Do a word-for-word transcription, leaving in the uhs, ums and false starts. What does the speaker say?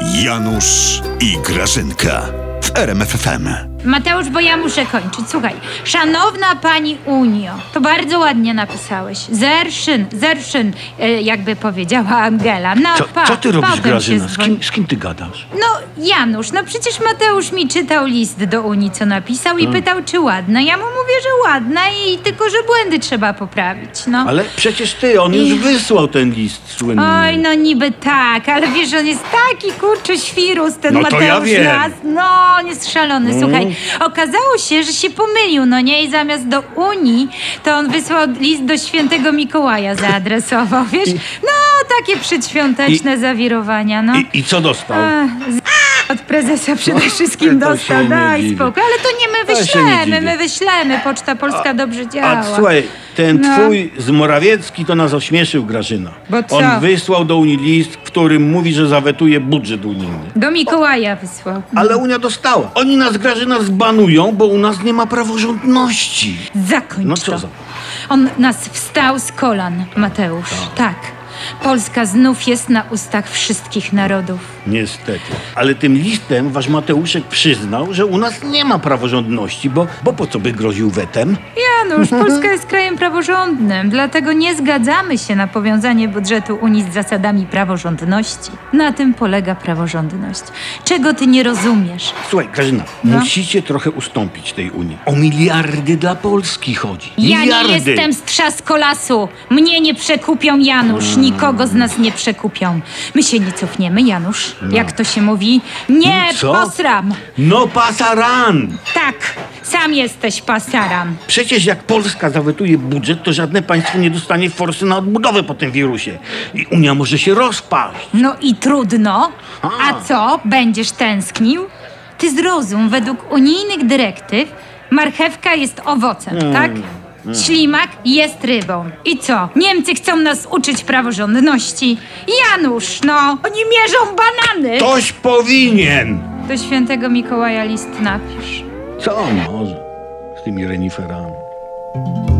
Janusz i Grażynka w R M F F M. Mateusz, bo ja muszę kończyć. Słuchaj, szanowna pani Unio, to bardzo ładnie napisałeś. Zerszyn, zerszyn, e, jakby powiedziała Angela. No, Co, pa, co ty robisz, potem Grażyna? się Z kim, z kim ty gadasz? No, Janusz, no przecież Mateusz mi czytał list do Unii, co napisał i pytał, czy ładna. Ja mu mówię, że ładna i tylko, że błędy trzeba poprawić, no. Ale przecież ty, on już wysłał ten list słynny. Oj, no niby tak, ale wiesz, on jest taki kurczę świrus, ten No to Mateusz ja wiem. Las. No, on jest szalony. Słuchaj, okazało się, że się pomylił, no nie? I zamiast do Unii, to on wysłał list do świętego Mikołaja zaadresował, wiesz? No, takie przedświąteczne I- zawirowania, no. I, I co dostał? Ach, z- Od prezesa przede wszystkim to się dostał, nie daj dziwię. spokój. Ale to nie my To się nie wyślemy, dziwię. my wyślemy. Poczta Polska dobrze działa. A słuchaj, ten No. twój z Morawiecki to nas ośmieszył, Grażyna. Bo co? On wysłał do Unii list, w którym mówi, że zawetuje budżet unijny. Do Mikołaja wysłał. Ale Unia dostała. Oni nas, Grażyna, zbanują, bo u nas nie ma praworządności. Zakończ No co to. za- On nas wstał z kolan, Mateusz. Tak. Polska znów jest na ustach wszystkich narodów. Niestety. Ale tym listem wasz Mateuszek przyznał, że u nas nie ma praworządności, bo, bo po co by groził wetem? Janusz, Polska jest krajem praworządnym, dlatego nie zgadzamy się na powiązanie budżetu Unii z zasadami praworządności. Na tym polega praworządność. Czego ty nie rozumiesz? Słuchaj, Grażyna, No. musicie trochę ustąpić tej Unii. O miliardy dla Polski chodzi. Ja Miliardy. nie jestem z trzaskolasu. Mnie nie przekupią, Janusz. Nikogo z nas nie przekupią. My się nie cofniemy, Janusz. Jak to się mówi? Nie Co? posram. No pasaran! Tak, sam jesteś pasaran. Przecież jak Polska zawetuje budżet, to żadne państwo nie dostanie forsy na odbudowę po tym wirusie. I Unia może się rozpaść. No i trudno. A. A co? Będziesz tęsknił? Ty zrozum, według unijnych dyrektyw marchewka jest owocem, tak? Ślimak jest rybą. I co? Niemcy chcą nas uczyć praworządności. Janusz, no, oni mierzą banany. Ktoś powinien! Do świętego Mikołaja list napisz. Co on może z tymi reniferami?